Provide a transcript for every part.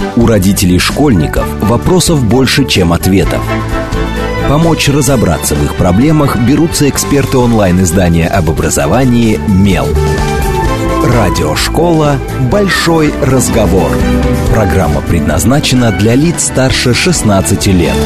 У родителей школьников вопросов больше, чем ответов. Помочь разобраться в их проблемах берутся эксперты онлайн-издания об образовании «Мел». Радиошкола «Большой разговор». Программа предназначена для лиц старше 16 лет.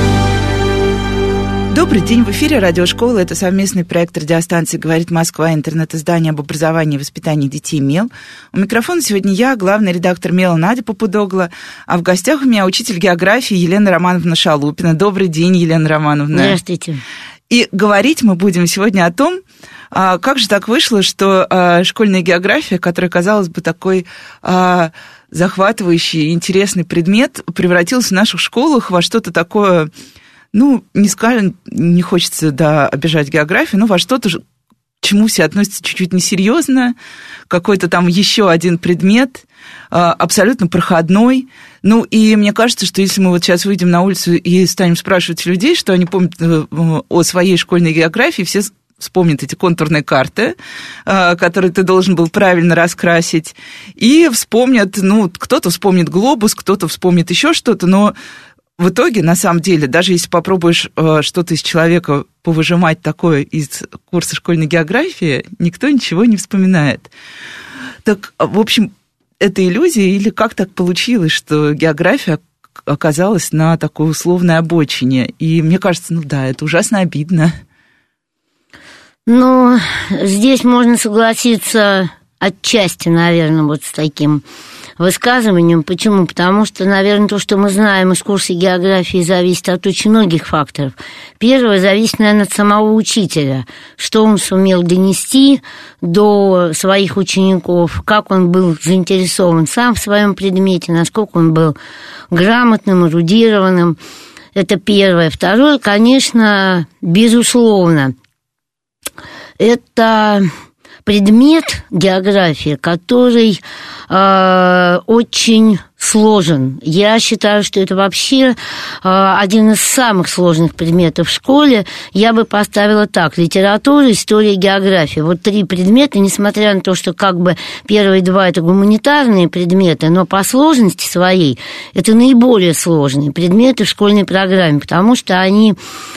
Добрый день, в эфире радиошкола. Это совместный проект радиостанции «Говорит Москва», интернет-издание об образовании и воспитании детей «Мел». У микрофона сегодня я, главный редактор «Мела» Надя Попудогла, а в гостях у меня учитель географии Елена Романовна Шалупина. Добрый день, Елена Романовна. Здравствуйте. И говорить мы будем сегодня о том, как же так вышло, что школьная география, которая, казалось бы, такой захватывающий, интересный предмет, превратилась в наших школах во что-то такое... не хочется, обижать географию, но во что-то, к чему все относятся чуть-чуть несерьезно, какой-то там еще один предмет, абсолютно проходной. И мне кажется, что если мы вот сейчас выйдем на улицу и станем спрашивать людей, что они помнят о своей школьной географии, все вспомнят эти контурные карты, которые ты должен был правильно раскрасить, и вспомнят, кто-то вспомнит глобус, кто-то вспомнит еще что-то, но в итоге, на самом деле, даже если попробуешь что-то из человека повыжимать такое из курса школьной географии, никто ничего не вспоминает. Так, в общем, это иллюзия или как так получилось, что география оказалась на такой условной обочине? И мне кажется, это ужасно обидно. Здесь можно согласиться отчасти, наверное, вот с таким высказыванием. Почему? Потому что, наверное, то, что мы знаем из курса географии, зависит от очень многих факторов. Первое, зависит, наверное, от самого учителя, что он сумел донести до своих учеников, как он был заинтересован сам в своем предмете, насколько он был грамотным, эрудированным. Это первое. Второе, конечно, безусловно, это предмет географии, который очень сложен. Я считаю, что это вообще один из самых сложных предметов в школе. Я бы поставила так: литература, история, география. Вот 3 предмета, несмотря на то, что первые 2 это гуманитарные предметы, но по сложности своей это наиболее сложные предметы в школьной программе, потому что они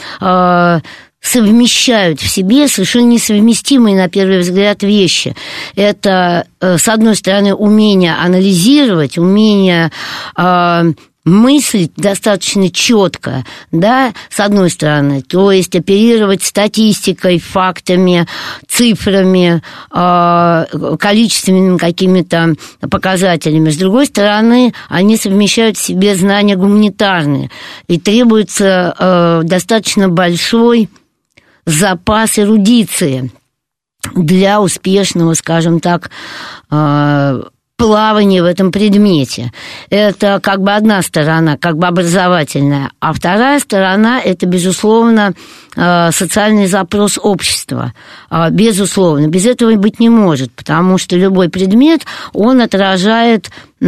совмещают в себе совершенно несовместимые, на первый взгляд, вещи. Это, с одной стороны, умение анализировать, умение мыслить достаточно четко, с одной стороны, то есть оперировать статистикой, фактами, цифрами, количественными какими-то показателями. С другой стороны, они совмещают в себе знания гуманитарные, и требуется достаточно большой запас эрудиции для успешного, скажем так, плавания в этом предмете. Это одна сторона, образовательная, а вторая сторона – это, безусловно, социальный запрос общества. Безусловно, без этого и быть не может, потому что любой предмет, он отражает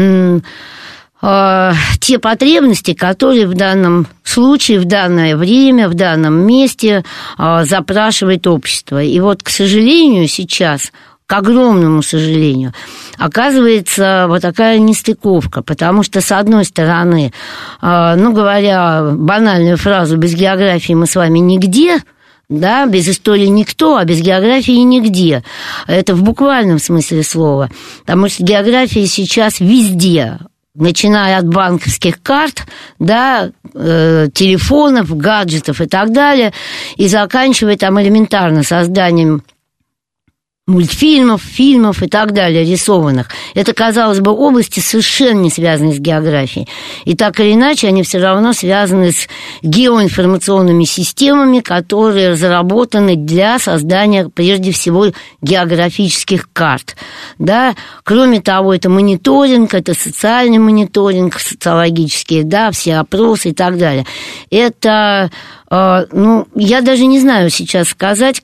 те потребности, которые в данном случае, в данное время, в данном месте запрашивает общество. И вот, к сожалению, сейчас, к огромному сожалению, оказывается вот такая нестыковка, потому что, с одной стороны, говоря банальную фразу «без географии мы с вами нигде», без истории никто, а без географии нигде. Это в буквальном смысле слова, потому что география сейчас везде, начиная от банковских карт, телефонов, гаджетов и так далее, и заканчивая элементарно созданием мультфильмов, фильмов и так далее, рисованных. Это, казалось бы, области совершенно не связаны с географией. И так или иначе, они все равно связаны с геоинформационными системами, которые разработаны для создания, прежде всего, географических карт. Кроме того, это мониторинг, это социальный мониторинг, социологические, все опросы и так далее. Это, я даже не знаю сейчас сказать,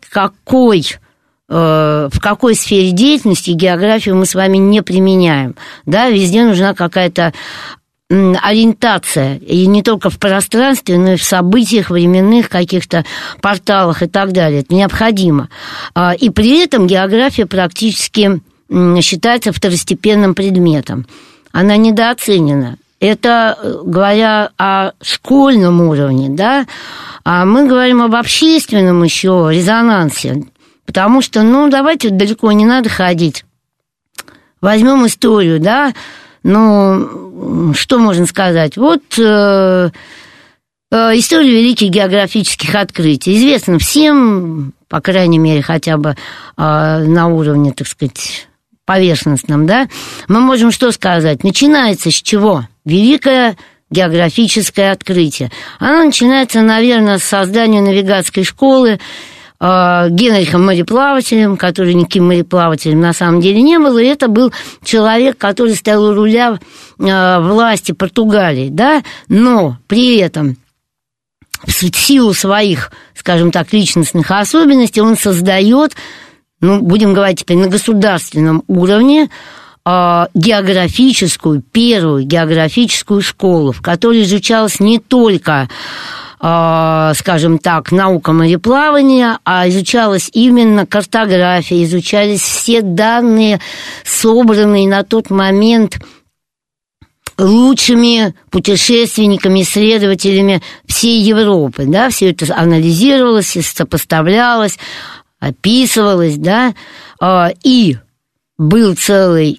в какой сфере деятельности географию мы с вами не применяем. Везде нужна какая-то ориентация, и не только в пространстве, но и в событиях, временных каких-то порталах и так далее. Это необходимо. И при этом география практически считается второстепенным предметом. Она недооценена. Это говоря о школьном уровне, да, а мы говорим об общественном еще резонансе, потому что, давайте далеко не надо ходить. Возьмем историю, да, что можно сказать? Вот история великих географических открытий. Известно всем, по крайней мере, хотя бы на уровне, так сказать, поверхностном, да, мы можем что сказать? Начинается с чего? Великое географическое открытие. Оно начинается, наверное, с создания навигатской школы Генрихом мореплавателем, который никаким мореплавателем на самом деле не был, и это был человек, который стоял у руля власти Португалии, да, но при этом в силу своих, скажем так, личностных особенностей он создает, будем говорить теперь на государственном уровне, первую географическую школу, в которой изучалось не только, скажем так, наука мореплавания, а изучалась именно картография, изучались все данные, собранные на тот момент лучшими путешественниками, исследователями всей Европы, да, все это анализировалось, сопоставлялось, описывалось, да, и был целый,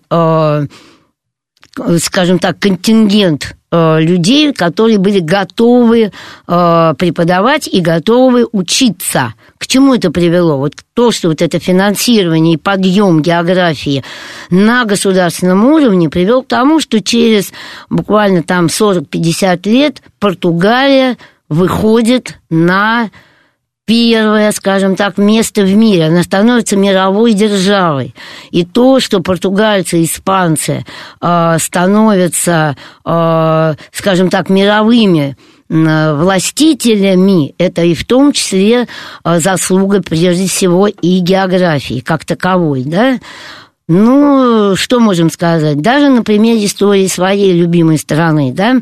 скажем так, контингент людей, которые были готовы преподавать и готовы учиться. К чему это привело? Вот то, что вот это финансирование и подъем географии на государственном уровне привел к тому, что через буквально там 40-50 лет Португалия выходит на первое, скажем так, место в мире. Она становится мировой державой. И то, что португальцы и испанцы становятся, скажем так, мировыми властителями, это и в том числе заслуга, прежде всего, и географии как таковой, да? Что можем сказать? Даже на примере истории своей любимой страны, да?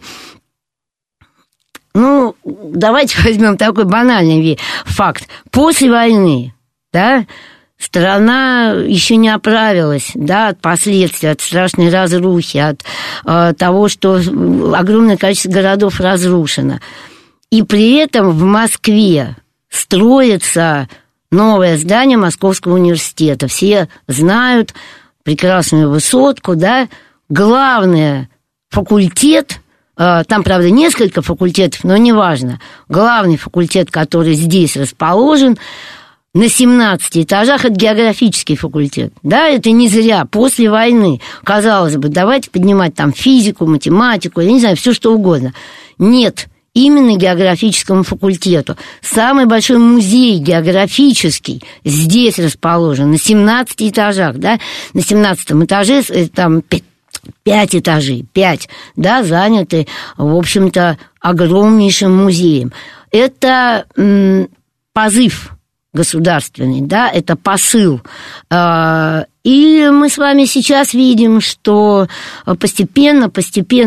Давайте возьмем такой банальный факт. После войны, да, страна еще не оправилась, да, от последствий, от страшной разрухи, от того, что огромное количество городов разрушено. И при этом в Москве строится новое здание Московского университета. Все знают прекрасную высотку, да, главный факультет. Там, правда, несколько факультетов, но неважно. Главный факультет, который здесь расположен, на 17 этажах, это географический факультет. Да, это не зря. После войны, казалось бы, давайте поднимать там физику, математику, я не знаю, все что угодно. Нет, именно географическому факультету. Самый большой музей географический здесь расположен, на 17 этажах, да, на 17 этаже там 5 этажей, 5, да, заняты, в общем-то, огромнейшим музеем. Это позыв государственный, да, это посыл. И мы с вами сейчас видим, что постепенно, к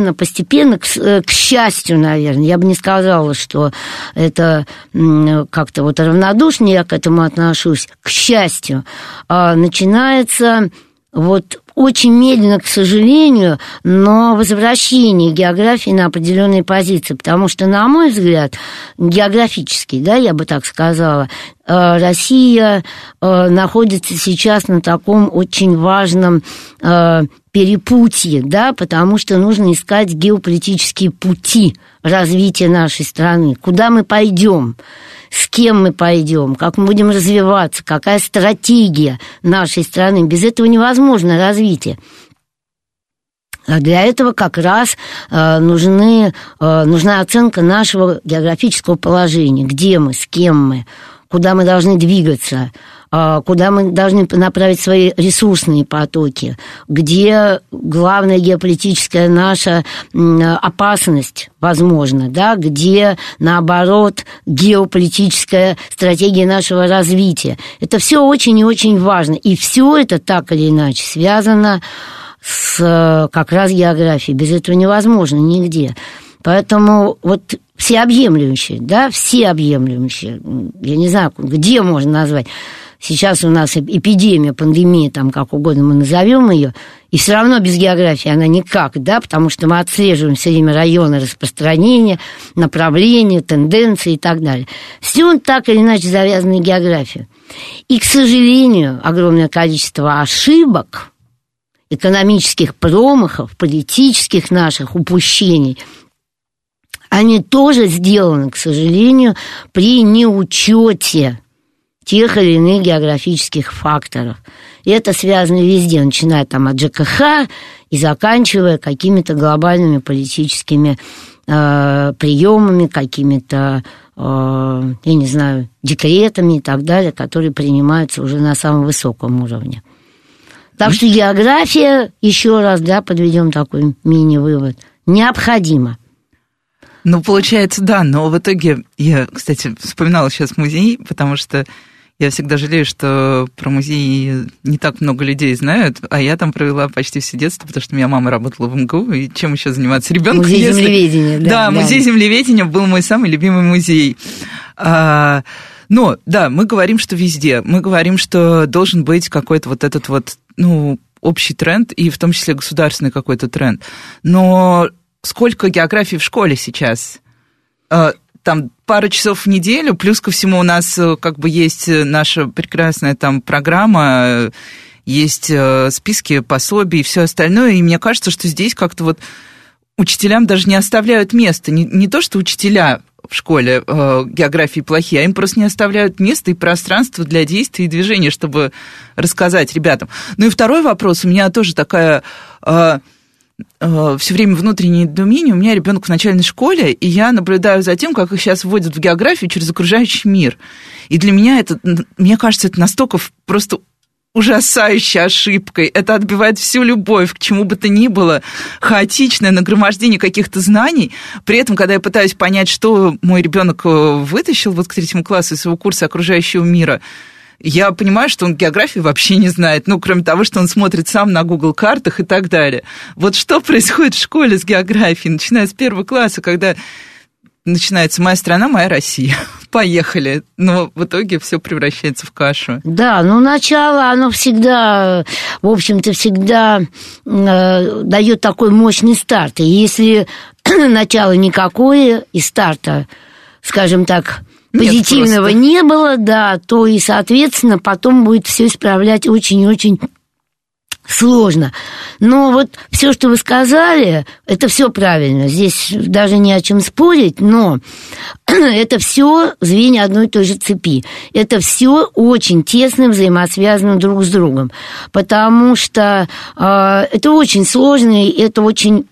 счастью, наверное, я бы не сказала, что это как-то вот равнодушно я к этому отношусь, к счастью, начинается вот очень медленно, к сожалению, но возвращение географии на определенные позиции, потому что, на мой взгляд, географически, да, я бы так сказала, Россия находится сейчас на таком очень важном перепутье, да, потому что нужно искать геополитические пути развития нашей страны, куда мы пойдем, с кем мы пойдем, как мы будем развиваться, какая стратегия нашей страны. Без этого невозможно развитие. А для этого как раз нужна оценка нашего географического положения, где мы, с кем мы, куда мы должны двигаться, куда мы должны направить свои ресурсные потоки, где главная геополитическая наша опасность, возможно, да, где, наоборот, геополитическая стратегия нашего развития. Это все очень и очень важно. И все это так или иначе связано с как раз географией. Без этого невозможно нигде. Поэтому вот всеобъемлющее, да, всеобъемлющее, я не знаю, где можно назвать, Сейчас у нас эпидемия, пандемия, там как угодно мы назовем ее, и все равно без географии она никак, да, потому что мы отслеживаем все время районы распространения, направления, тенденции и так далее. Все так или иначе завязано на географию. И, к сожалению, огромное количество ошибок, экономических промахов, политических наших упущений, они тоже сделаны, к сожалению, при неучете тех или иных географических факторов. И это связано везде, начиная там от ЖКХ и заканчивая какими-то глобальными политическими приемами, какими-то, я не знаю, декретами и так далее, которые принимаются уже на самом высоком уровне. Так что география, еще раз, да, подведем такой мини-вывод, необходима. Ну, получается, да, но в итоге я, кстати, вспоминала сейчас музей, потому что я всегда жалею, что про музей не так много людей знают, а я там провела почти все детство, потому что у меня мама работала в МГУ, и чем еще заниматься ребенку? Музей землеведения, да. Да, музей землеведения был мой самый любимый музей. Но, да, мы говорим, что везде. Мы говорим, что должен быть какой-то вот этот вот, ну, общий тренд, и в том числе государственный какой-то тренд. Но сколько географии в школе сейчас? Там пара часов в неделю, плюс ко всему у нас как бы есть наша прекрасная там программа, есть списки пособий и все остальное, и мне кажется, что здесь как-то вот учителям даже не оставляют места. Не то, что учителя в школе географии плохие, а им просто не оставляют места и пространство для действий и движения, чтобы рассказать ребятам. Ну и второй вопрос, у меня тоже такая все время внутреннее недоумение. У меня ребенок в начальной школе, и я наблюдаю за тем, как их сейчас вводят в географию через окружающий мир. И для меня это, мне кажется, это настолько просто ужасающей ошибкой. Это отбивает всю любовь к чему бы то ни было, хаотичное нагромождение каких-то знаний. При этом, когда я пытаюсь понять, что мой ребенок вытащил вот к 3 классу из своего курса окружающего мира, я понимаю, что он географию вообще не знает, ну, кроме того, что он смотрит сам на Google картах и так далее. Вот что происходит в школе с географией, начиная с 1 класса, когда начинается «Моя страна, моя Россия». Поехали. Но в итоге все превращается в кашу. Да, ну начало, оно всегда, в общем-то, всегда дает такой мощный старт. И если начало никакое, и старта, скажем так, позитивного не было, да, то и, соответственно, потом будет все исправлять очень-очень сложно. Но вот все, что вы сказали, это все правильно. Здесь даже не о чем спорить, но это все звенья одной и той же цепи. Это все очень тесно взаимосвязано друг с другом, потому что это очень сложно, и это очень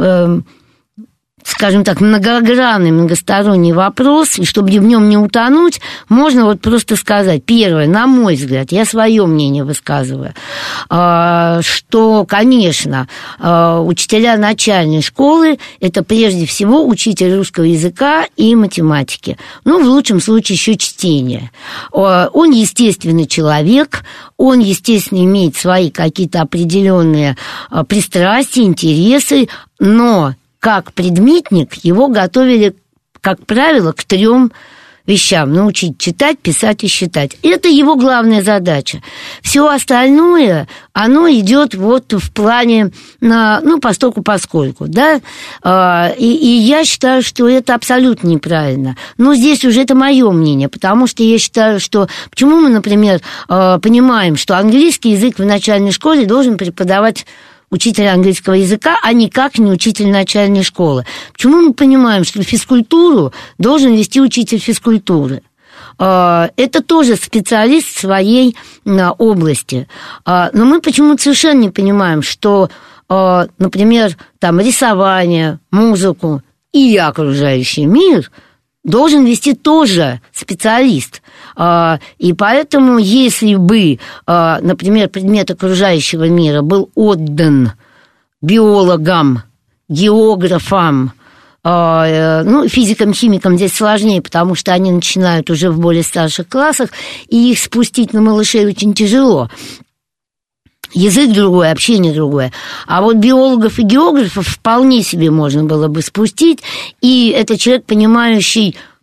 скажем так, многогранный, многосторонний вопрос, и чтобы в нем не утонуть, можно вот просто сказать, первое, на мой взгляд, я свое мнение высказываю, что, конечно, учителя начальной школы – это прежде всего учитель русского языка и математики, ну, в лучшем случае еще чтения. Он естественный человек, он, естественно, имеет свои какие-то определенные пристрастия, интересы, но как предметник его готовили, как правило, к 3 вещам. Научить читать, писать и считать. Это его главная задача. Все остальное, оно идет вот в плане, ну, постольку-поскольку, да. И я считаю, что это абсолютно неправильно. Но здесь уже это мое мнение, потому что я считаю, что... Почему мы, например, понимаем, что английский язык в начальной школе должен преподавать учитель английского языка, а никак не учитель начальной школы. Почему мы понимаем, что физкультуру должен вести учитель физкультуры? Это тоже специалист в своей области. Но мы почему-то совершенно не понимаем, что, например, там рисование, музыку и окружающий мир должен вести тоже специалист. И поэтому, если бы, например, предмет окружающего мира был отдан биологам, географам, ну, физикам, химикам здесь сложнее, потому что они начинают уже в более старших классах, и их спустить на малышей очень тяжело. Язык другой, общение другое. А вот биологов и географов вполне себе можно было бы спустить, и это человек, понимающий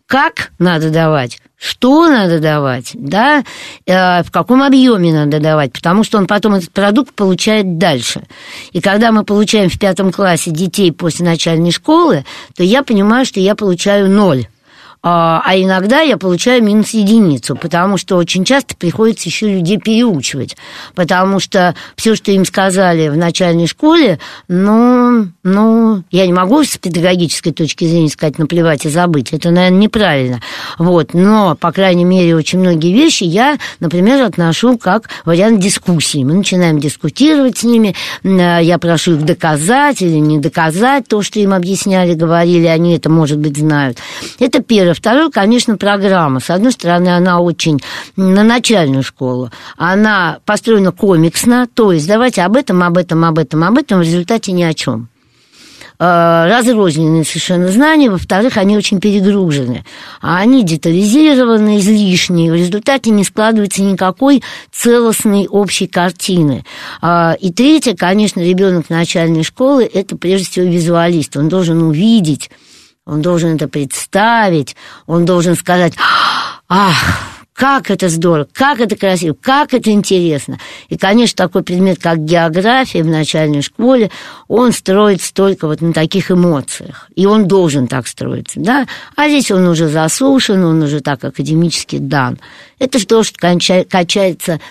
как надо давать, что надо давать, да, в каком объеме надо давать, потому что он потом этот продукт получает дальше. И когда мы получаем в 5 классе детей после начальной школы, то я понимаю, что я получаю 0. А иногда я получаю -1, потому что очень часто приходится еще людей переучивать, потому что все, что им сказали в начальной школе, я не могу с педагогической точки зрения сказать наплевать и забыть, это, наверное, неправильно, вот, но, по крайней мере, очень многие вещи я, например, отношу как вариант дискуссии. Мы начинаем дискутировать с ними, я прошу их доказать или не доказать то, что им объясняли, говорили, они это, может быть, знают. Это первое. Второе, конечно, программа. С одной стороны, она очень на начальную школу. Она построена комиксно, то есть давайте об этом, в результате ни о чем. Разрозненные совершенно знания, во-вторых, они очень перегружены. Они детализированы, излишние, в результате не складывается никакой целостной общей картины. И третье, конечно, ребенок начальной школы – это прежде всего визуалист. Он должен увидеть, он должен это представить, он должен сказать: «Ах, как это здорово, как это красиво, как это интересно». И, конечно, такой предмет, как география в начальной школе, он строится только вот на таких эмоциях. И он должен так строиться, да? А здесь он уже засушен, он уже так академически дан. Это то, что касается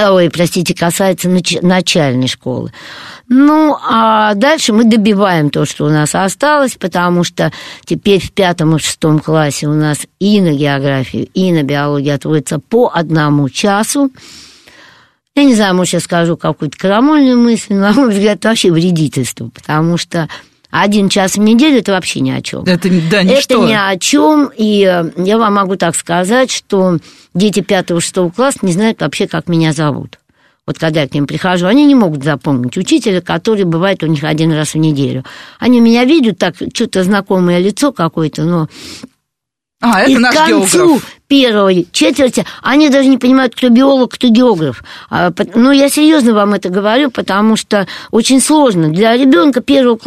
начальной школы. Ну, а дальше мы добиваем то, что у нас осталось, потому что теперь в 5 и 6 классе у нас и на географию, и на биологию отводится по 1 часу. Я не знаю, может, я скажу какую-то крамольную мысль, но, на мой взгляд, это вообще вредительство, потому что 1 час в неделю – это вообще ни о чем. Это, да, ничто. Это ни о чем, и я вам могу так сказать, что дети 5 и 6 класса не знают вообще, как меня зовут. Вот когда я к ним прихожу, они не могут запомнить учителя, который бывает у них 1 раз в неделю. Они меня видят, так, что-то знакомое лицо какое-то, но... это наш географ. К концу первой четверти они даже не понимают, кто биолог, кто географ. Ну, я серьезно вам это говорю, потому что очень сложно. Для ребенка 5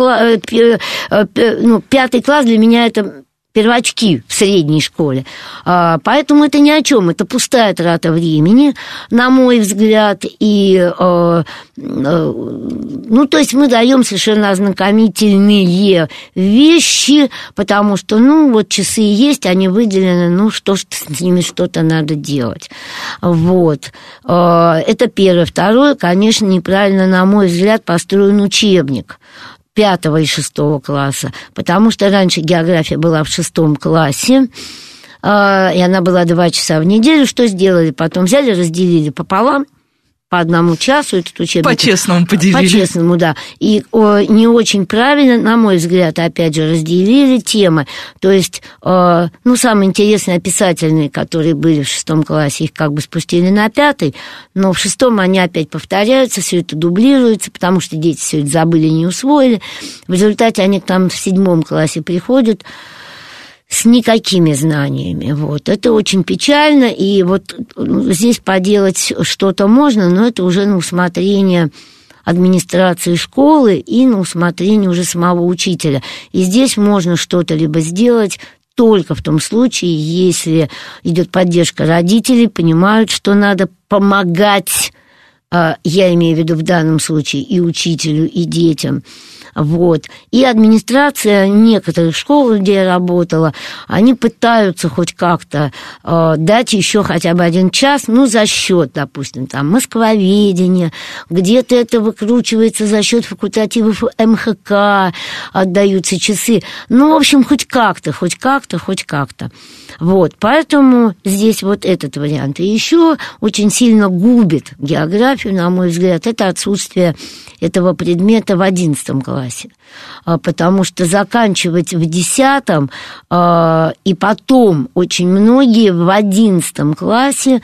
класс для меня это... первочки в средней школе. Поэтому это ни о чем, это пустая трата времени, на мой взгляд. И, то есть мы даем совершенно ознакомительные вещи, потому что, часы есть, они выделены, что с ними что-то надо делать. Вот. Это первое. Второе, конечно, неправильно, на мой взгляд, построен учебник 5 и 6 класса, потому что раньше география была в 6 классе, и она была 2 часа в неделю. Что сделали? Потом взяли, разделили пополам, по 1 часу этот учебник. По-честному поделили. По-честному, да. И не очень правильно, на мой взгляд, опять же, разделили темы. То есть, самые интересные описательные, которые были в 6 классе, их как бы спустили на 5, но в 6 они опять повторяются, все это дублируется, потому что дети все это забыли, не усвоили. В результате они там в 7 классе приходят с никакими знаниями. Вот. Это очень печально, и вот здесь поделать что-то можно, но это уже на усмотрение администрации школы и на усмотрение уже самого учителя. И здесь можно что-то либо сделать только в том случае, если идет поддержка родителей, понимают, что надо помогать, я имею в виду в данном случае и учителю, и детям. Вот. И администрация некоторых школ, где я работала, они пытаются хоть как-то дать еще хотя бы 1 час, за счет, допустим, там, москвоведения, где-то это выкручивается за счет факультативов МХК, отдаются часы. В общем, хоть как-то. Вот. Поэтому здесь вот этот вариант. И еще очень сильно губит географию, на мой взгляд, это отсутствие этого предмета в 11 классе. Потому что заканчивать в 10 и потом очень многие в 11 классе,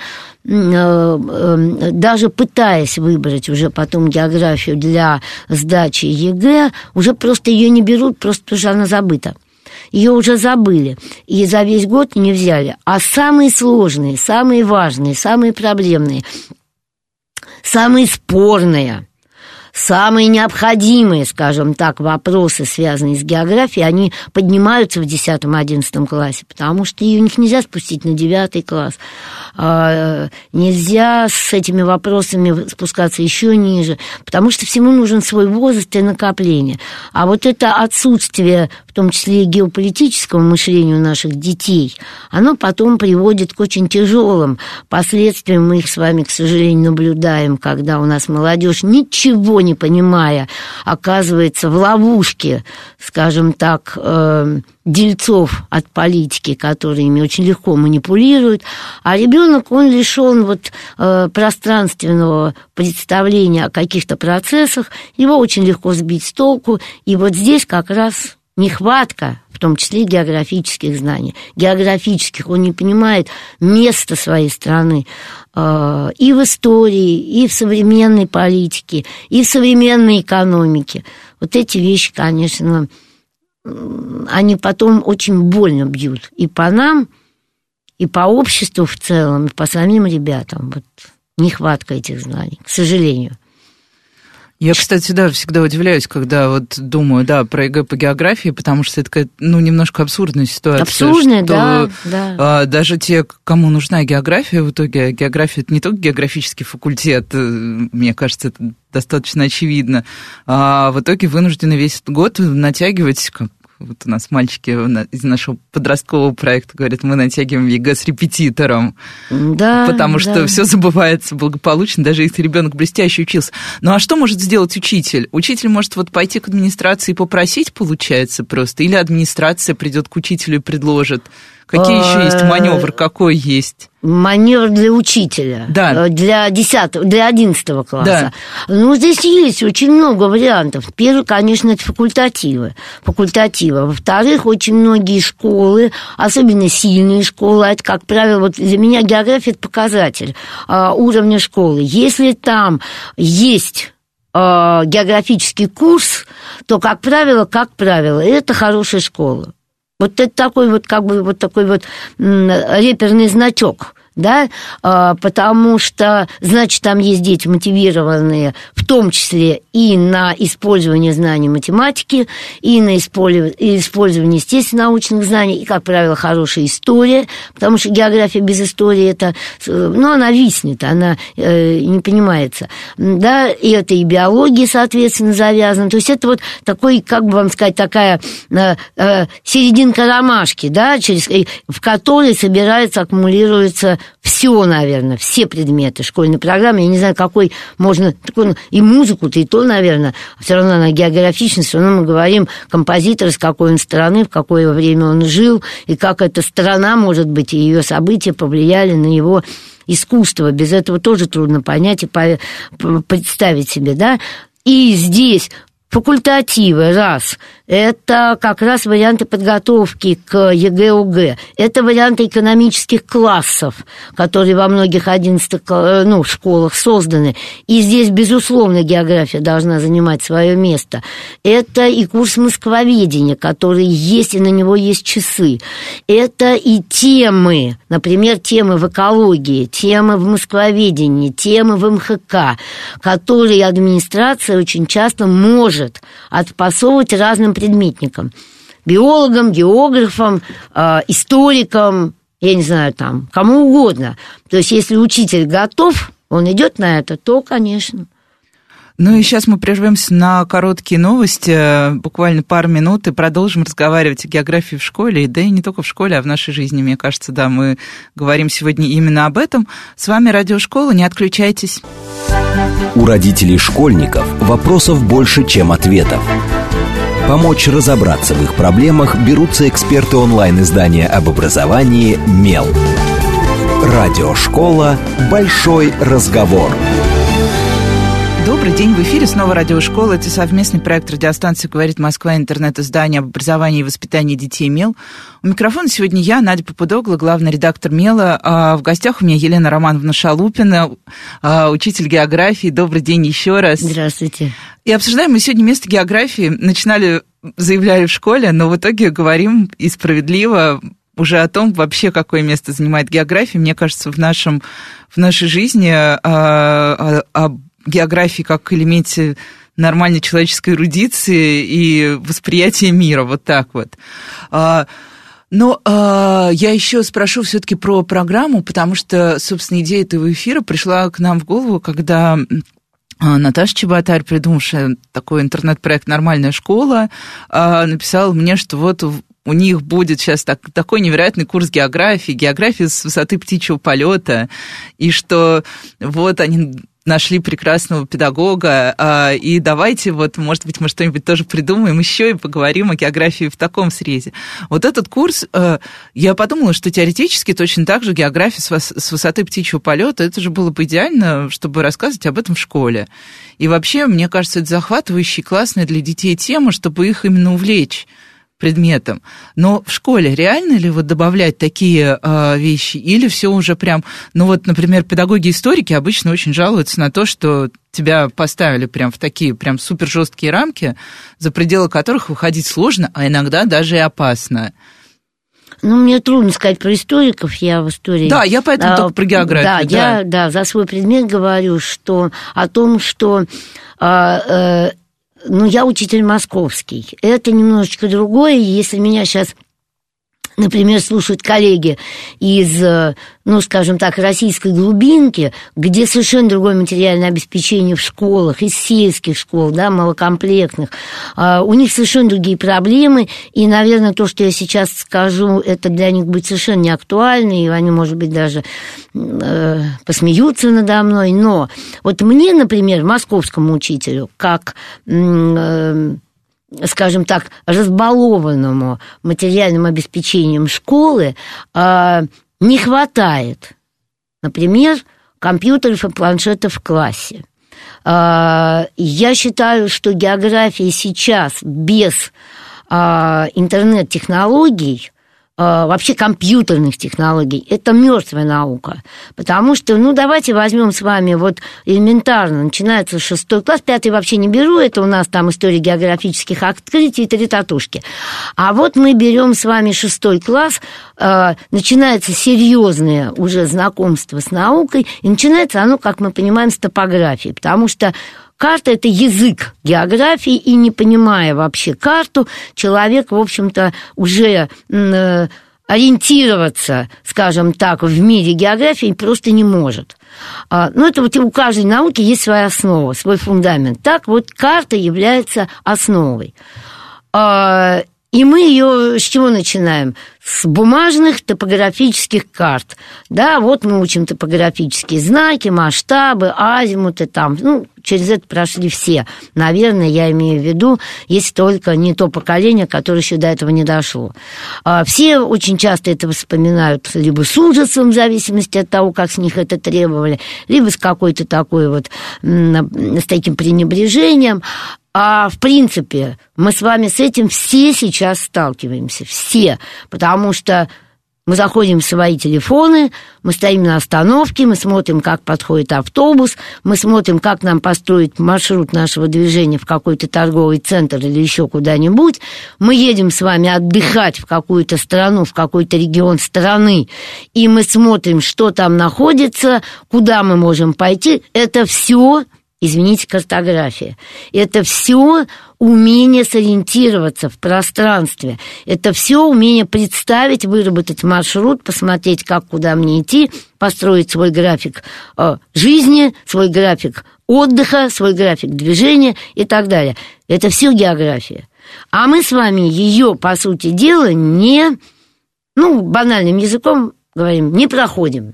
даже пытаясь выбрать уже потом географию для сдачи ЕГЭ, уже просто ее не берут, просто потому что она забыта. Ее уже забыли, и за весь год не взяли. А самые сложные, самые важные, самые проблемные, самые спорные, самые необходимые, скажем так, вопросы, связанные с географией, они поднимаются в 10-11 классе, потому что у них нельзя спустить на 9 класс. Нельзя с этими вопросами спускаться еще ниже, потому что всему нужен свой возраст и накопление. А вот это отсутствие, в том числе и геополитического мышления у наших детей, оно потом приводит к очень тяжелым последствиям. Мы их с вами, к сожалению, наблюдаем, когда у нас молодежь, ничего не понимая, оказывается в ловушке, скажем так, дельцов от политики, которые ими очень легко манипулируют, а ребенок, он лишен вот пространственного представления о каких-то процессах, его очень легко сбить с толку, и вот здесь как раз нехватка, в том числе географических знаний. Географических, он не понимает место своей страны и в истории, и в современной политике, и в современной экономике. Вот эти вещи, конечно, они потом очень больно бьют и по нам, и по обществу в целом, и по самим ребятам. Вот нехватка этих знаний, к сожалению. Я, кстати, да, всегда удивляюсь, когда вот думаю, да, про ЕГЭ по географии, потому что это такая, немножко абсурдная ситуация. Абсурдная, что, да. Даже те, кому нужна география, в итоге география – это не только географический факультет, мне кажется, это достаточно очевидно, а в итоге вынуждены весь этот год натягивать, как вот у нас мальчики из нашего подросткового проекта говорят, мы натягиваем ЕГЭ с репетитором, да, потому что все забывается благополучно, даже если ребенок блестяще учился. Ну а что может сделать учитель? Учитель может вот пойти к администрации и попросить, получается, просто, или администрация придет к учителю и предложит. Какие еще есть маневр? Какой есть? Маневр для учителя, да. для 11 класса. Да. Ну, здесь есть очень много вариантов. Первый, конечно, это факультативы. Во-вторых, очень многие школы, особенно сильные школы, это, как правило, вот для меня география – это показатель уровня школы. Если там есть географический курс, то, как правило, это хорошая школа. Вот это такой вот, как бы, вот такой вот реперный значок, да, потому что, значит, там есть дети мотивированные, в том числе и на использование знаний математики, и на использование естественно-научных знаний, и, как правило, хорошая история, потому что география без истории, это, она виснет, она не понимается, да, и это и биология, соответственно, завязана, то есть это вот такой, как бы вам сказать, такая серединка ромашки, да, в которой собирается, аккумулируется все, наверное, все предметы школьной программы. Я не знаю, какой можно... И музыку-то, и то, наверное, все равно она географична, все равно мы говорим композитор, с какой он страны, в какое время он жил, и как эта страна, может быть, и ее события повлияли на его искусство. Без этого тоже трудно понять и представить себе, да. И здесь... Факультативы, раз. Это как раз варианты подготовки к ЕГЭ, ОГЭ. Это варианты экономических классов, которые во многих 11 школах созданы. И здесь, безусловно, география должна занимать свое место. Это и курс москвоведения, который есть, и на него есть часы. Это и темы, например, темы в экологии, темы в москвоведении, темы в МХК, которые администрация очень часто может отпасовывать разным предметникам. Биологам, географам, историкам, я не знаю, там, кому угодно. То есть, если учитель готов, он идет на это, то, конечно. Ну и сейчас мы прервемся на короткие новости, буквально пару минут, и продолжим разговаривать о географии в школе, да и не только в школе, а в нашей жизни, мне кажется, да, мы говорим сегодня именно об этом. С вами Радиошкола, не отключайтесь. У родителей школьников вопросов больше, чем ответов. Помочь разобраться в их проблемах берутся эксперты онлайн-издания об образовании «Мел». Радиошкола «Большой разговор». Добрый день, в эфире снова Радиошкола. Это совместный проект радиостанции «Говорит Москва», интернет-издание об образовании и воспитании детей «Мел». У микрофона сегодня я, Надя Попудогла, главный редактор «Мела». А в гостях у меня Елена Романовна Шалупина, учитель географии. Добрый день еще раз. Здравствуйте. И обсуждаем мы сегодня место географии. Заявляли в школе, но в итоге говорим и справедливо уже о том, вообще, какое место занимает география. Мне кажется, в нашей жизни об географии как элементе нормальной человеческой эрудиции и восприятия мира, вот так вот. Но я еще спрошу все-таки про программу, потому что, собственно, идея этого эфира пришла к нам в голову, когда Наташа Чеботарь, придумавшая такой интернет-проект «Нормальная школа», написала мне, что вот у них будет сейчас такой невероятный курс географии с высоты птичьего полета, и что вот они нашли прекрасного педагога, и давайте, вот, может быть, мы что-нибудь тоже придумаем еще и поговорим о географии в таком срезе. Вот этот курс, я подумала, что теоретически точно так же география с высоты птичьего полета, это же было бы идеально, чтобы рассказывать об этом в школе. И вообще, мне кажется, это захватывающая и классная для детей тема, чтобы их именно увлечь предметом. Но в школе реально ли вот добавлять такие вещи? Или все уже прям... Ну вот, например, педагоги-историки обычно очень жалуются на то, что тебя поставили прям в такие прям супер жесткие рамки, за пределы которых выходить сложно, а иногда даже и опасно. Ну, мне трудно сказать про историков, я в истории... Да, я поэтому только про географию. Да, я за свой предмет говорю, что о том, что... Ну, я учитель московский. Это немножечко другое. Если меня сейчас, например, слушают коллеги из, ну, скажем так, российской глубинки, где совершенно другое материальное обеспечение в школах, из сельских школ, да, малокомплектных, у них совершенно другие проблемы, и, наверное, то, что я сейчас скажу, это для них будет совершенно не актуально, и они, может быть, даже посмеются надо мной, но вот мне, например, московскому учителю, как... скажем так, разбалованному материальным обеспечением школы не хватает, например, компьютеров и планшетов в классе. Я считаю, что география сейчас без интернет-технологий, вообще компьютерных технологий, это мертвая наука. Потому что, ну, давайте возьмем с вами вот элементарно, начинается 6 класс, 5 вообще не беру, это у нас там история географических открытий, это ретатушки. А вот мы берем с вами 6 класс, начинается серьезное уже знакомство с наукой, и начинается оно, как мы понимаем, с топографии, потому что карта – это язык географии, и не понимая вообще карту, человек, в общем-то, уже ориентироваться, скажем так, в мире географии просто не может. Ну, это вот у каждой науки есть своя основа, свой фундамент. Так вот, карта является основой. И мы ее с чего начинаем? С бумажных топографических карт. Да, вот мы учим топографические знаки, масштабы, азимуты там. Ну, через это прошли все. Наверное, я имею в виду, если только не то поколение, которое еще до этого не дошло. Все очень часто это вспоминают либо с ужасом, в зависимости от того, как с них это требовали, либо с какой-то такой вот, с таким пренебрежением. А в принципе, мы с вами с этим все сейчас сталкиваемся, все, потому что мы заходим в свои телефоны, мы стоим на остановке, мы смотрим, как подходит автобус, мы смотрим, как нам построить маршрут нашего движения в какой-то торговый центр или еще куда-нибудь. Мы едем с вами отдыхать в какую-то страну, в какой-то регион страны, и мы смотрим, что там находится, куда мы можем пойти. Это все... Извините, картография. Это все умение сориентироваться в пространстве. Это все умение представить, выработать маршрут, посмотреть, как, куда мне идти, построить свой график жизни, свой график отдыха, свой график движения и так далее. Это все география. А мы с вами ее, по сути дела, не, ну, банальным языком говорим, не проходим.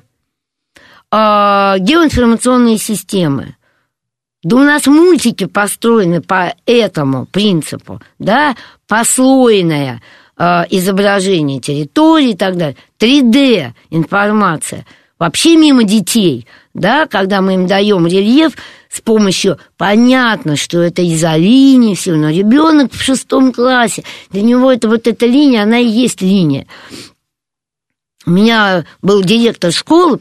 Геоинформационные системы. Да у нас мультики построены по этому принципу, да, послойное изображение территории и так далее, 3D информация, вообще мимо детей, да, когда мы им даем рельеф с помощью, понятно, что это изолиния, все, но ребенок в 6 классе, для него это вот эта линия, она и есть линия. У меня был директор школы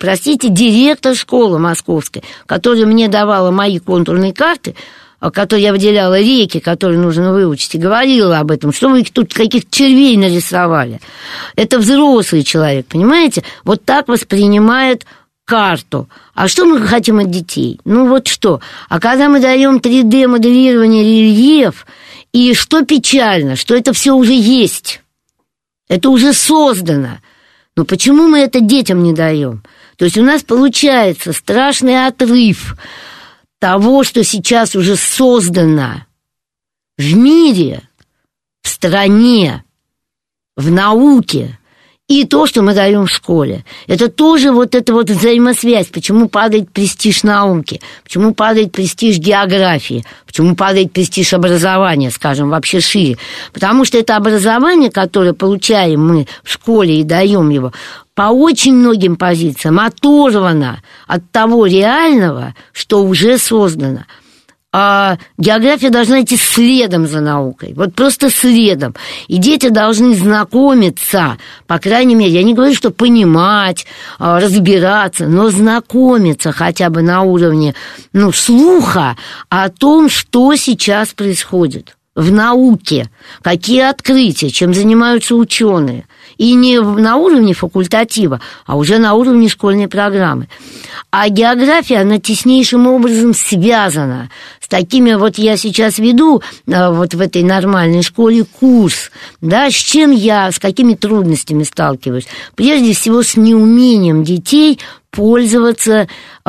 московской, которая мне давала мои контурные карты, которые я выделяла реки, которые нужно выучить, и говорила об этом, что вы тут каких-то червей нарисовали. Это взрослый человек, понимаете? Вот так воспринимает карту. А что мы хотим от детей? Ну вот что? А когда мы даем 3D-моделирование, рельеф, и что печально, что это все уже есть, это уже создано. Но почему мы это детям не даем? То есть у нас получается страшный отрыв того, что сейчас уже создано в мире, в стране, в науке, и то, что мы даем в школе. Это тоже вот эта вот взаимосвязь. Почему падает престиж науки? Почему падает престиж географии? Почему падает престиж образования, скажем, вообще шире? Потому что это образование, которое получаем мы в школе и даем его, по очень многим позициям оторвано от того реального, что уже создано. А география должна идти следом за наукой, вот просто следом. И дети должны знакомиться, по крайней мере, я не говорю, что понимать, разбираться, но знакомиться хотя бы на уровне, слуха о том, что сейчас происходит в науке, какие открытия, чем занимаются ученые. И не на уровне факультатива, а уже на уровне школьной программы. А география, она теснейшим образом связана с такими, вот я сейчас веду вот в этой нормальной школе курс, да, с какими трудностями сталкиваюсь? Прежде всего, с неумением детей пользоваться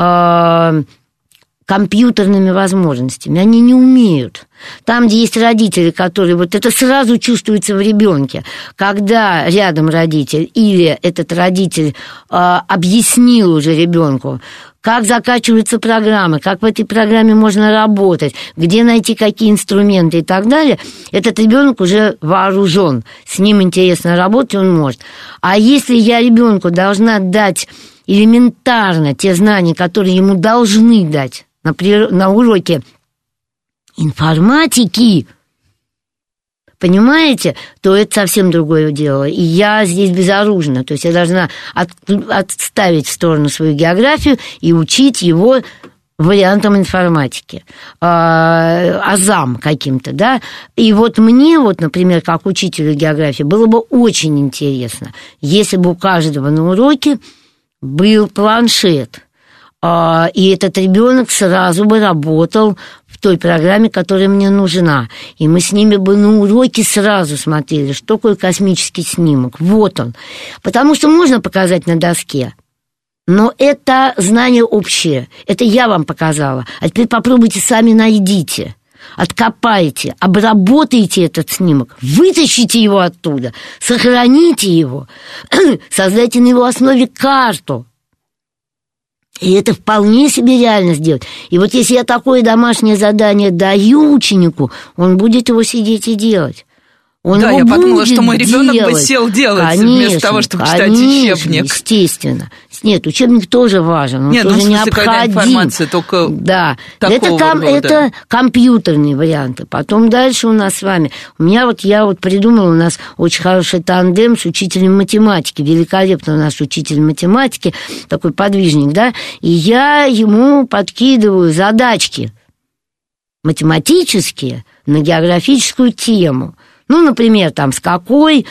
компьютерными возможностями. Они не умеют. Там, где есть родители, которые... Вот это сразу чувствуется в ребенке. Когда рядом родитель или этот родитель объяснил уже ребенку, как закачиваются программы, как в этой программе можно работать, где найти какие инструменты и так далее, этот ребенок уже вооружен. С ним интересно работать, он может. А если я ребенку должна дать элементарно те знания, которые ему должны дать на уроке информатики, понимаете, то это совсем другое дело. И я здесь безоружна. То есть я должна отставить в сторону свою географию и учить его вариантам информатики, азам каким-то, да. И вот мне, например, как учителю географии, было бы очень интересно, если бы у каждого на уроке был планшет, и этот ребенок сразу бы работал в той программе, которая мне нужна. И мы с ними бы на уроке сразу смотрели, что такое космический снимок. Вот он. Потому что можно показать на доске, но это знание общее. Это я вам показала. А теперь попробуйте сами найдите. Откопайте, обработайте этот снимок, вытащите его оттуда, сохраните его, создайте на его основе карту. И это вполне себе реально сделать. И вот если я такое домашнее задание даю ученику, он будет его сидеть и делать. Он я подумала, что мой ребенок бы сел делать, конечно, вместо того, чтобы читать учебник. Естественно. Нет, учебник тоже важен, он тоже необходим. Информация только это компьютерные варианты. Потом дальше у нас с вами. Я придумала, у нас очень хороший тандем с учителем математики. Великолепно у нас учитель математики, такой подвижник, да. И я ему подкидываю задачки математические на географическую тему. Например, с какого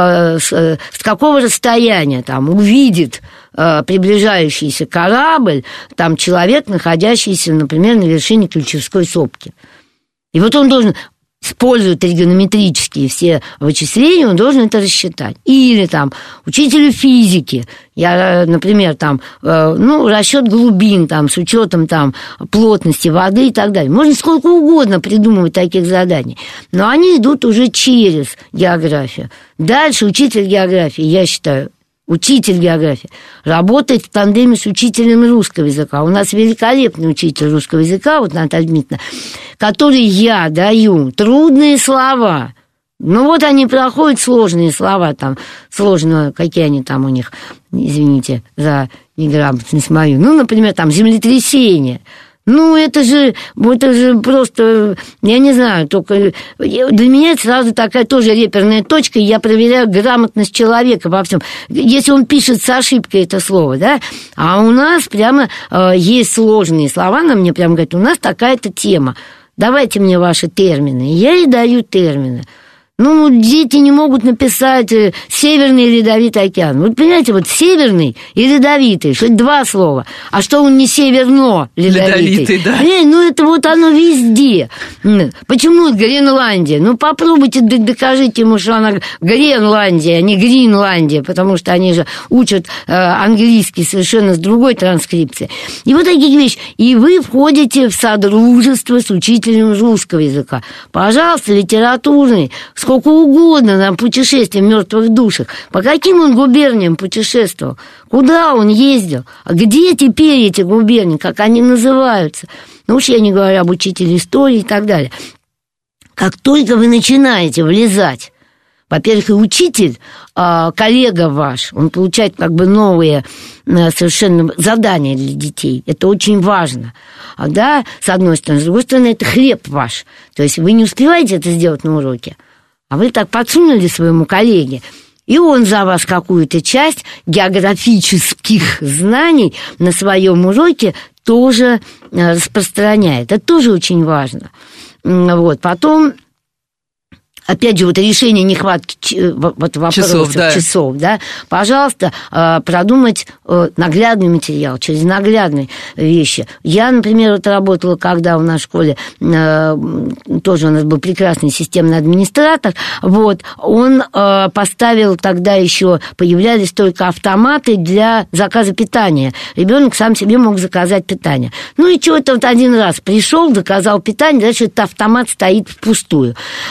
расстояния увидит приближающийся корабль человек, находящийся, например, на вершине Ключевской сопки. И вот он должен, используя тригонометрические все вычисления, он должен это рассчитать. Или учителю физики, например, расчет глубин с учетом плотности воды и так далее. Можно сколько угодно придумывать таких заданий, но они идут уже через географию. Дальше учитель географии, я считаю, учитель географии работает в тандеме с учителем русского языка. У нас великолепный учитель русского языка, Наталья Дмитриевна, который я даю трудные слова. Они проходят сложные слова, сложные, какие они у них, извините за неграмотность мою. Например, землетрясение. Это же просто, я не знаю, только для меня это сразу такая тоже реперная точка, и я проверяю грамотность человека во всем. Если он пишет с ошибкой это слово, да, а у нас прямо есть сложные слова, она мне прямо говорит, у нас такая-то тема, давайте мне ваши термины. И я ей даю термины. Ну, дети не могут написать «Северный ледовитый океан». Вот понимаете, вот «северный» и «ледовитый», что это два слова. А что он не «северно-ледовитый»? Да. Ну, это вот оно везде. Почему Гренландия? Ну, попробуйте докажите ему, что она Гренландия, а не Гринландия, потому что они же учат английский совершенно с другой транскрипцией. И вот такие вещи. И вы входите в содружество с учителем русского языка. Пожалуйста, литературный, сколько угодно нам путешествий в мертвых душах. По каким он губерниям путешествовал? Куда он ездил? А где теперь эти губернии? Как они называются? Ну уж я не говорю об учителе истории и так далее. Как только вы начинаете влезать, во-первых, и учитель, коллега ваш, он получает как бы новые совершенно задания для детей. Это очень важно. Да, с одной стороны. С другой стороны, это хлеб ваш. То есть вы не успеваете это сделать на уроке, а вы так подсунули своему коллеге, и он за вас какую-то часть географических знаний на своем уроке тоже распространяет. Это тоже очень важно. Вот. Потом, опять же, вот решение нехватки вот вопросов, часов, да, пожалуйста, продумать наглядный материал, через наглядные вещи. Я, например, вот работала, когда в нашей школе тоже у нас был прекрасный системный администратор, вот, он поставил тогда еще, появлялись только автоматы для заказа питания. Ребенок сам себе мог заказать питание. Ну и что-то вот один раз пришел, заказал питание, дальше этот автомат стоит впустую.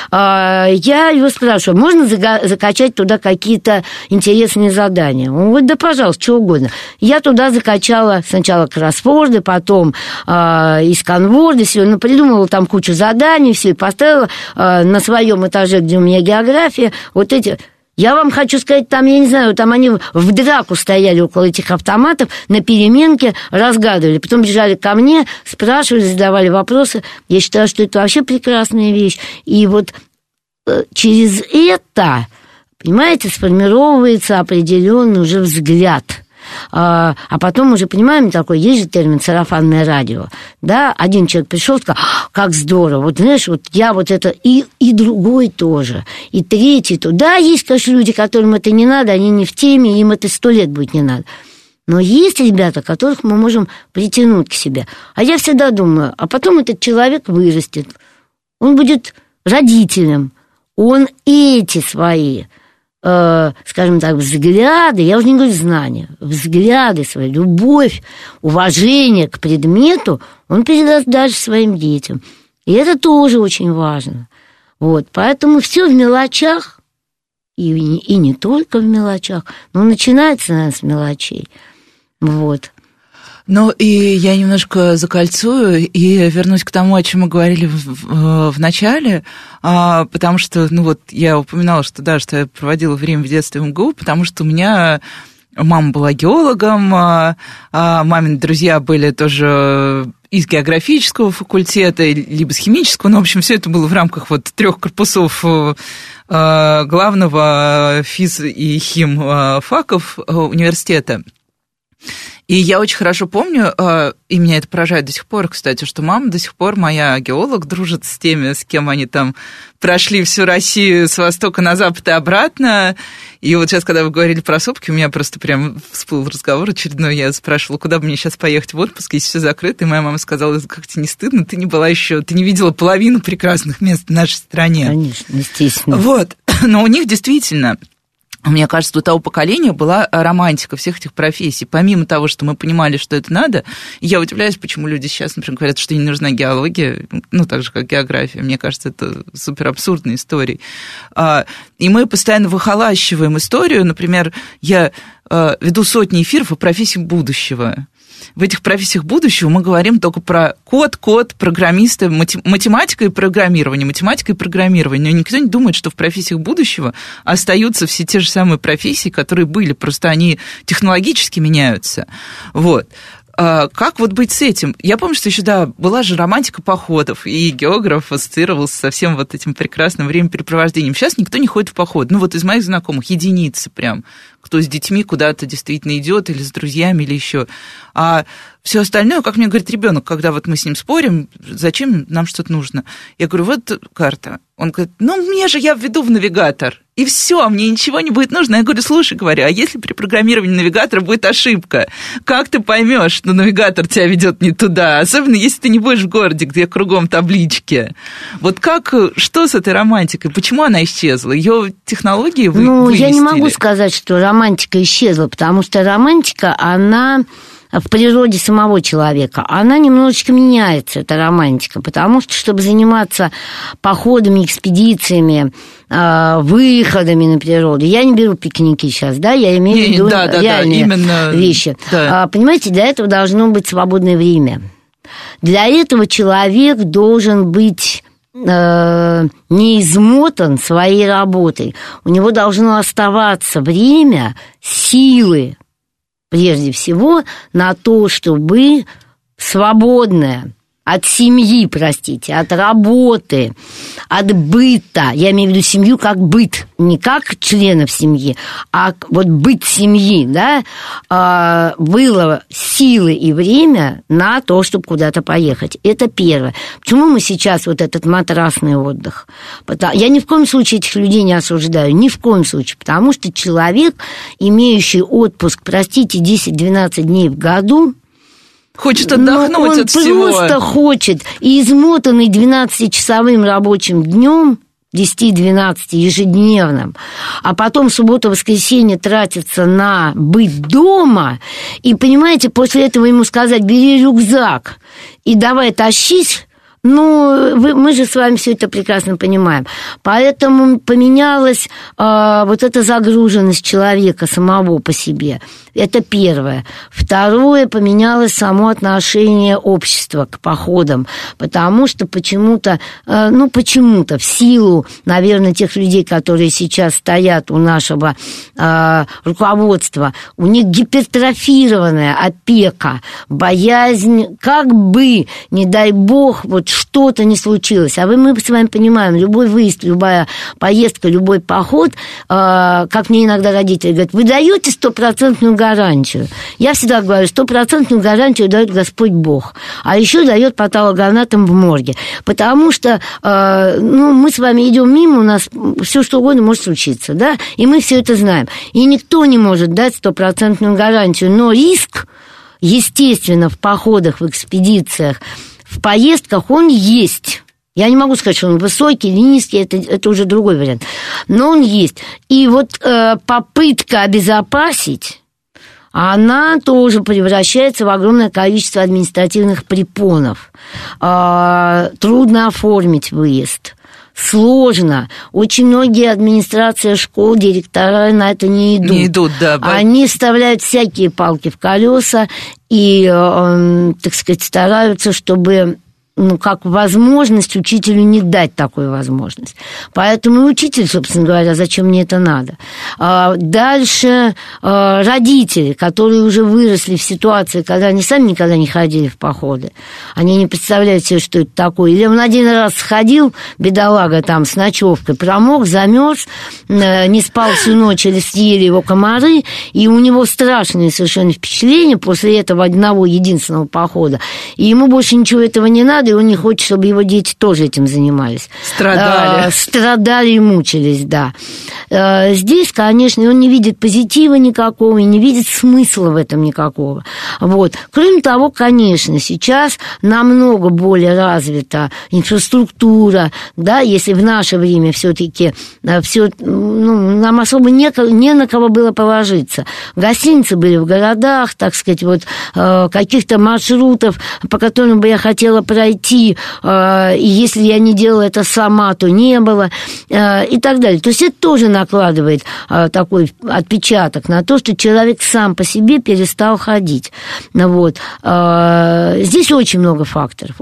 Я его спрашиваю, можно закачать туда какие-то интересные задания? Он говорит, да, пожалуйста, что угодно. Я туда закачала сначала кроссворды, потом исканворды, все, придумала там кучу заданий, все, и поставила на своем этаже, где у меня география, вот эти... Я вам хочу сказать, там, я не знаю, там они в драку стояли около этих автоматов, на переменке разгадывали, потом бежали ко мне, спрашивали, задавали вопросы. Я считаю, что это вообще прекрасная вещь. И вот через это, понимаете, сформировывается определенный уже взгляд. А потом уже, понимаем, такой, есть же термин «сарафанное радио». Да? Один человек пришел и сказал, как здорово, вот знаешь, вот я вот это, и другой тоже, и третий тоже. Да, есть, конечно, люди, которым это не надо, они не в теме, им это 100 лет будет не надо. Но есть ребята, которых мы можем притянуть к себе. А я всегда думаю, а потом этот человек вырастет, он будет родителем, он эти свои, скажем так, взгляды, я уже не говорю знания, взгляды свои, любовь, уважение к предмету он передаст дальше своим детям. И это тоже очень важно. Вот, поэтому все в мелочах, и не только в мелочах, но начинается, наверное, с мелочей. Вот. Ну, и я немножко закольцую и вернусь к тому, о чем мы говорили в начале, потому что, ну вот, я упоминала, что да, что я проводила время в детстве в МГУ, потому что у меня мама была геологом, мамины друзья были тоже из географического факультета, либо с химического, ну, в общем, все это было в рамках вот 3 корпусов главного физ- и химфаков университета. И я очень хорошо помню, и меня это поражает до сих пор, кстати, что мама до сих пор, моя геолог, дружит с теми, с кем они там прошли всю Россию с востока на запад и обратно. И вот сейчас, когда вы говорили про сопки, у меня просто прям всплыл разговор очередной. Я спрашивала, куда бы мне сейчас поехать в отпуск, если все закрыто. И моя мама сказала, как тебе не стыдно, ты не была еще, ты не видела половину прекрасных мест в нашей стране. Конечно, естественно. Вот, но у них действительно... Мне кажется, у того поколения была романтика всех этих профессий. Помимо того, что мы понимали, что это надо, я удивляюсь, почему люди сейчас, например, говорят, что им не нужна геология, ну, так же, как география. Мне кажется, это супер абсурдная история. И мы постоянно выхолащиваем историю. Например, я веду сотни эфиров о профессии будущего. В этих профессиях будущего мы говорим только про код, программисты, математика и программирование. Но никто не думает, что в профессиях будущего остаются все те же самые профессии, которые были, просто они технологически меняются. Вот. Как вот быть с этим? Я помню, что еще, да, была же романтика походов, и географ ассоциировался со всем вот этим прекрасным времяпрепровождением. Сейчас никто не ходит в поход. Ну, вот из моих знакомых единицы прям. кто с детьми куда-то действительно идет, или с друзьями, или еще. А все остальное, как мне говорит ребенок, когда вот мы с ним спорим, зачем нам что-то нужно? Я говорю, вот карта. Он говорит, я введу в навигатор, и все, мне ничего не будет нужно. Я говорю, слушай, а если при программировании навигатора будет ошибка, как ты поймешь, что навигатор тебя ведет не туда? Особенно, если ты не будешь в городе, где кругом таблички. Вот что с этой романтикой? Почему она исчезла? Ее технологии выместили? Я не могу сказать, что романтика исчезла, потому что романтика, она в природе самого человека, она немножечко меняется, эта романтика, потому что, чтобы заниматься походами, экспедициями, выходами на природу, я не беру пикники сейчас, да, я имею в виду реальные вещи. Да. Понимаете, для этого должно быть свободное время. Для этого человек должен быть не измотан своей работой. У него должно оставаться время, силы, прежде всего, на то, чтобы свободное от семьи, от работы, от быта, я имею в виду семью как быт, не как членов семьи, а вот быт семьи, да, было силы и время на то, чтобы куда-то поехать. Это первое. Почему мы сейчас вот этот матрасный отдых? Я ни в коем случае этих людей не осуждаю, ни в коем случае, потому что человек, имеющий отпуск, 10-12 дней в году, хочет отдохнуть от всего. Он просто хочет. И измотанный 12-часовым рабочим днем, 10-12 ежедневным, а потом суббота-воскресенье тратится на быть дома, и, понимаете, после этого ему сказать, бери рюкзак и давай тащись, мы же с вами все это прекрасно понимаем. Поэтому поменялась вот эта загруженность человека самого по себе. Это первое. Второе, поменялось само отношение общества к походам, потому что почему-то, в силу, наверное, тех людей, которые сейчас стоят у нашего руководства, у них гипертрофированная опека, боязнь, как бы, не дай бог, вот что-то не случилось. А мы с вами понимаем, любой выезд, любая поездка, любой поход, как мне иногда родители говорят, вы даете 100% гарантию. Я всегда говорю, 100% гарантию дает Господь Бог, а еще дает патологоанатом в морге. Потому что мы с вами идем мимо, у нас все что угодно может случиться, да, и мы все это знаем. И никто не может дать 100% гарантию, но риск, естественно, в походах, в экспедициях, в поездках он есть. Я не могу сказать, что он высокий или низкий, это уже другой вариант. Но он есть. И вот попытка обезопасить, она тоже превращается в огромное количество административных препонов. Трудно оформить выезд. Сложно. Очень многие администрации школ, директора на это не идут. Не идут, да. Они вставляют всякие палки в колеса и, так сказать, стараются, чтобы как возможность учителю не дать такую возможность. Поэтому и учитель, собственно говоря, зачем мне это надо? Дальше родители, которые уже выросли в ситуации, когда они сами никогда не ходили в походы, они не представляют себе, что это такое. Или он один раз сходил, бедолага, там, с ночевкой, промок, замерз, не спал всю ночь или съели его комары, и у него страшные совершенно впечатления после этого одного единственного похода. И ему больше ничего этого не надо, и он не хочет, чтобы его дети тоже этим занимались. Страдали и мучились, да. Здесь, конечно, он не видит позитива никакого и не видит смысла в этом никакого. Вот. Кроме того, конечно, сейчас намного более развита инфраструктура, да, если в наше время все-таки нам особо не на кого было положиться. Гостиницы были в городах, так сказать, вот каких-то маршрутов, по которым бы я хотела пройти, и если я не делала это сама, то не было, и так далее. То есть это тоже накладывает такой отпечаток на то, что человек сам по себе перестал ходить. Вот. Здесь очень много факторов,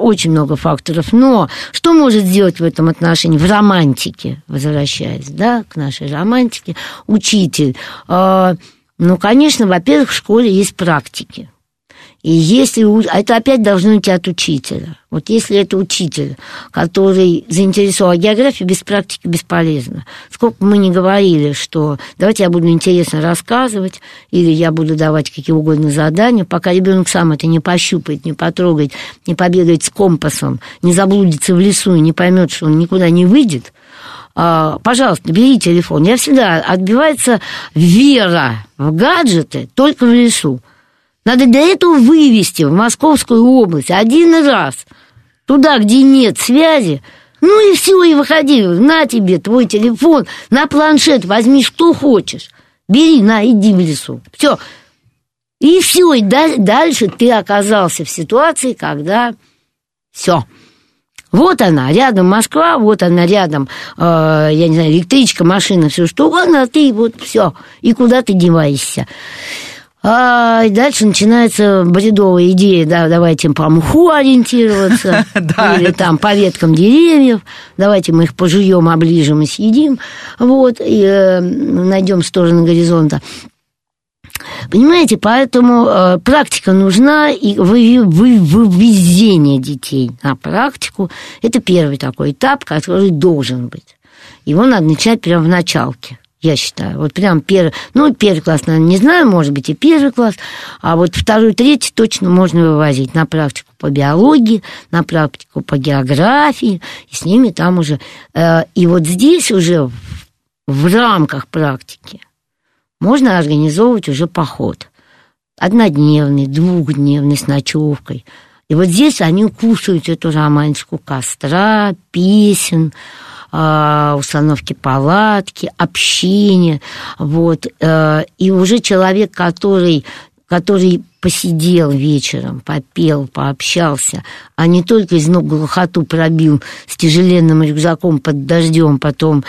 но что может сделать в этом отношении, в романтике, возвращаясь, да, к нашей романтике, учитель? Конечно, во-первых, в школе есть практики. И если... Это опять должно идти от учителя. Вот если это учитель, который заинтересован географией, без практики бесполезно. Сколько мы не говорили, что давайте я буду интересно рассказывать, или я буду давать какие угодно задания, пока ребенок сам это не пощупает, не потрогает, не побегает с компасом, не заблудится в лесу и не поймет, что он никуда не выйдет, пожалуйста, бери телефон. Я всегда отбивается вера в гаджеты только в лесу. Надо для этого вывести в Московскую область один раз, туда, где нет связи, ну и все, и выходи, на тебе твой телефон, на планшет возьми, что хочешь, бери, на, иди в лесу, все. И все, и дальше ты оказался в ситуации, когда все. Вот она, рядом Москва, вот она рядом, я не знаю, электричка, машина, все что угодно, а ты вот все, и куда ты деваешься. И дальше начинается бредовая идея, да, давайте по мху ориентироваться, или там по веткам деревьев, давайте мы их пожуем, оближем и съедим, вот, и найдем сторону горизонта. Понимаете, поэтому практика нужна, и выведение детей на практику – это первый такой этап, который должен быть. Его надо начать прямо в началке. Я считаю, вот прям первый класс, наверное, не знаю, может быть, и первый класс, а вот второй, третий точно можно вывозить на практику по биологии, на практику по географии, и с ними там уже... И вот здесь уже в рамках практики можно организовывать уже поход. Однодневный, двухдневный, с ночевкой. И вот здесь они кушают эту романтику костра, песен, установки палатки, общения, вот, и уже человек, который посидел вечером, попел, пообщался, а не только из ног глухоту пробил с тяжеленным рюкзаком под дождем, потом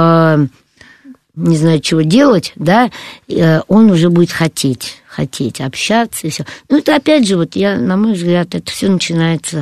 не знаю, чего делать, да, он уже будет хотеть общаться и все. Ну, это опять же, вот на мой взгляд, это все начинается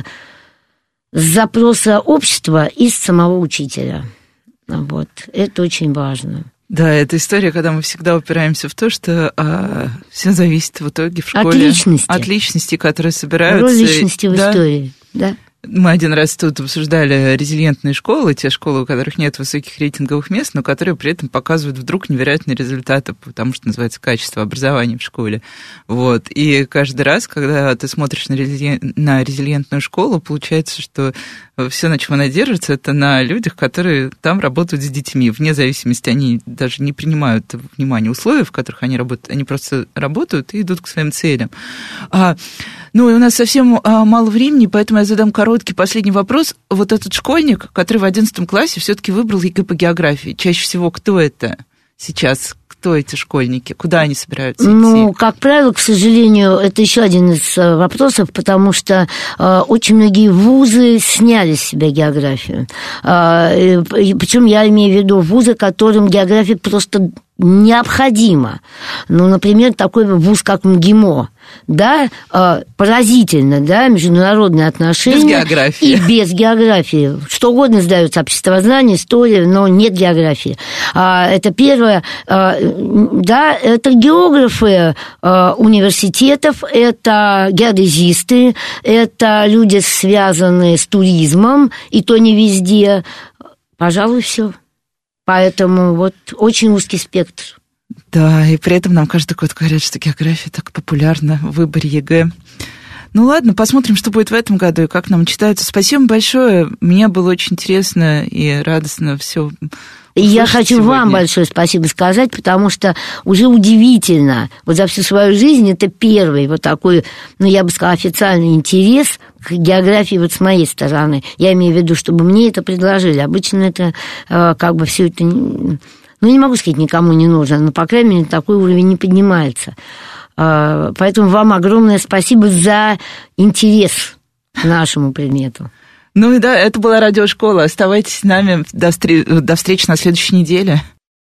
с запроса общества и с самого учителя. Вот. Это очень важно. Да, это история, когда мы всегда упираемся в то, что все зависит в итоге в школе. От личности, которые собираются. Роль личности в истории, да. Мы один раз тут обсуждали резилиентные школы, те школы, у которых нет высоких рейтинговых мест, но которые при этом показывают вдруг невероятные результаты, потому что называется качество образования в школе. Вот. И каждый раз, когда ты смотришь на резилиентную школу, получается, что все, на чем она держится, это на людях, которые там работают с детьми. Вне зависимости, они даже не принимают внимания условий, в которых они работают, они просто работают и идут к своим целям. Ну, и у нас совсем мало времени, поэтому я задам короткий последний вопрос. Вот этот школьник, который в 11 классе все-таки выбрал ЕГЭ по географии, чаще всего кто это сейчас? Кто эти школьники? Куда они собираются идти? Ну, как правило, к сожалению, это еще один из вопросов, потому что очень многие вузы сняли с себя географию. Причем я имею в виду вузы, которым география просто необходима. Ну, например, такой вуз, как МГИМО, да, поразительно, да, международные отношения. Без географии. И без географии. Что угодно сдается, обществознание, история, но нет географии. Это первое. Да, это географы университетов, это геодезисты, это люди, связанные с туризмом, и то не везде. Пожалуй, все. Поэтому вот очень узкий спектр. Да, и при этом нам каждый год говорят, что география так популярна в выборе ЕГЭ. Ну ладно, посмотрим, что будет в этом году и как нам читается. Спасибо большое. Мне было очень интересно и радостно все. И я хочу вам большое спасибо сказать, потому что уже удивительно, вот за всю свою жизнь это первый вот такой, ну, я бы сказала, официальный интерес к географии вот с моей стороны. Я имею в виду, чтобы мне это предложили. Обычно это как бы все это, ну, не могу сказать, никому не нужно, но, по крайней мере, такой уровень не поднимается. Поэтому вам огромное спасибо за интерес к нашему предмету. Ну и да, это была радиошкола. Оставайтесь с нами. До встречи на следующей неделе.